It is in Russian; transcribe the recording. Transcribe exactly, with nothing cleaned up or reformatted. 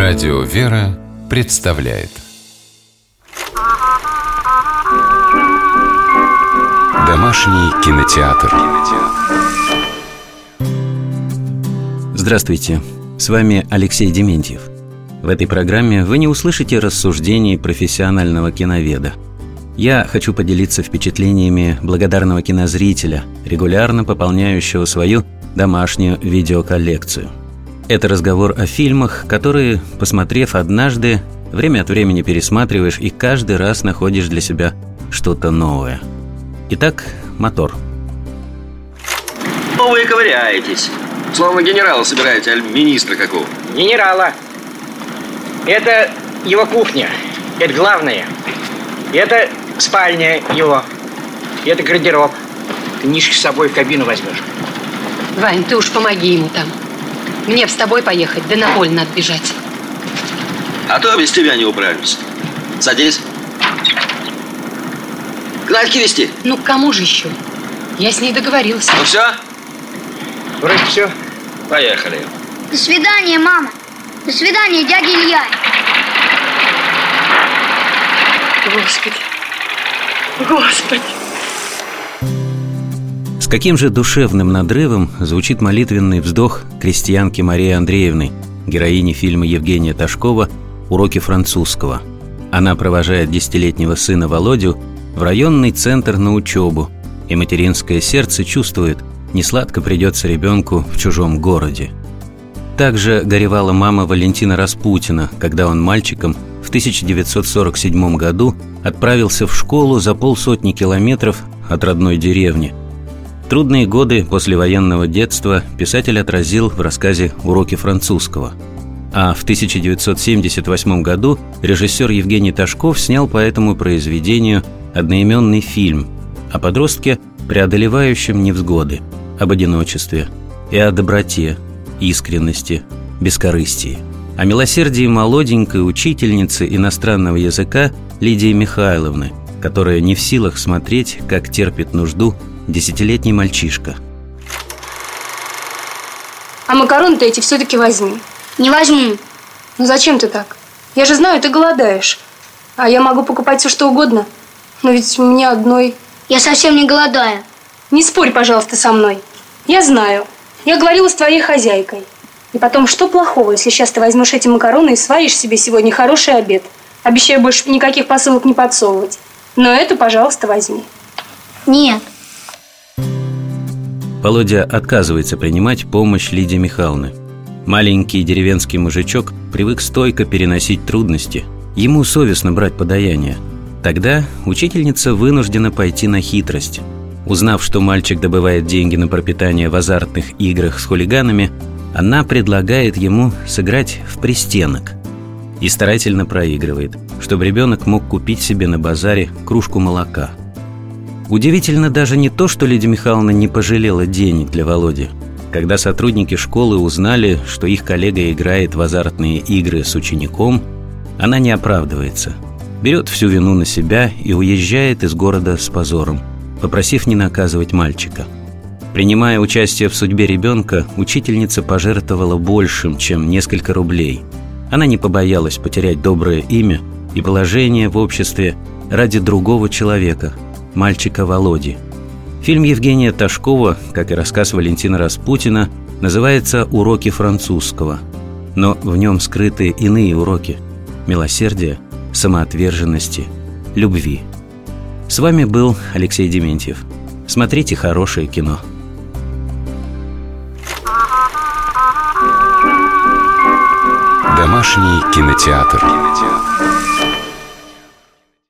Радио «Вера» представляет Домашний кинотеатр. Здравствуйте, с вами Алексей Дементьев. В этой программе вы не услышите рассуждений профессионального киноведа. Я хочу поделиться впечатлениями благодарного кинозрителя, регулярно пополняющего свою домашнюю видеоколлекцию. Это разговор о фильмах, которые, посмотрев однажды, время от времени пересматриваешь и каждый раз находишь для себя что-то новое. Итак, мотор. Ну вы ковыряетесь. Словно генерала собираете, аль министра какого? Генерала. Это его кухня. Это главное. Это спальня его. Это гардероб. Книжки с собой в кабину возьмешь. Вань, ты уж помоги ему там. Мне б с тобой поехать, да на поле надо бежать. А то без тебя не управлюсь. Садись. К Надьке везти? Ну, к кому же еще? Я с ней договорилась. Ну все? Вроде все. Поехали. До свидания, мама. До свидания, дядя Илья. Господи. Господи. С каким же душевным надрывом звучит молитвенный вздох крестьянки Марии Андреевны, героини фильма Евгения Ташкова «Уроки французского». Она провожает десятилетнего сына Володю в районный центр на учебу, и материнское сердце чувствует, несладко придется ребенку в чужом городе. Также горевала мама Валентина Распутина, когда он мальчиком в тысяча девятьсот сорок седьмом году отправился в школу за полсотни километров от родной деревни. Трудные годы послевоенного детства писатель отразил в рассказе «Уроки французского». А в тысяча девятьсот семьдесят восьмом году режиссер Евгений Ташков снял по этому произведению одноименный фильм о подростке, преодолевающем невзгоды, об одиночестве и о доброте, искренности, бескорыстии, о милосердии молоденькой учительницы иностранного языка Лидии Михайловны, которая не в силах смотреть, как терпит нужду десятилетний мальчишка. А макароны-то эти все-таки возьми. Не возьму. Ну зачем ты так? Я же знаю, ты голодаешь. А я могу покупать все, что угодно. Но ведь у меня одной. Я совсем не голодаю. Не спорь, пожалуйста, со мной. Я знаю. Я говорила с твоей хозяйкой. И потом, что плохого, если сейчас ты возьмешь эти макароны и сваришь себе сегодня хороший обед? Обещаю больше никаких посылок не подсовывать. Но это, пожалуйста, возьми. Нет. Володя отказывается принимать помощь Лидии Михайловны. Маленький деревенский мужичок привык стойко переносить трудности. Ему совестно брать подаяние. Тогда учительница вынуждена пойти на хитрость. Узнав, что мальчик добывает деньги на пропитание в азартных играх с хулиганами, она предлагает ему сыграть в пристенок и старательно проигрывает, чтобы ребенок мог купить себе на базаре кружку молока. Удивительно даже не то, что Лидия Михайловна не пожалела денег для Володи. Когда сотрудники школы узнали, что их коллега играет в азартные игры с учеником, она не оправдывается, берет всю вину на себя и уезжает из города с позором, попросив не наказывать мальчика. Принимая участие в судьбе ребенка, учительница пожертвовала большим, чем несколько рублей. Она не побоялась потерять доброе имя и положение в обществе ради другого человека, мальчика Володи. Фильм Евгения Ташкова, как и рассказ Валентина Распутина, называется «Уроки французского». Но в нем скрыты иные уроки – милосердия, самоотверженности, любви. С вами был Алексей Дементьев. Смотрите хорошее кино. Домашний кинотеатр.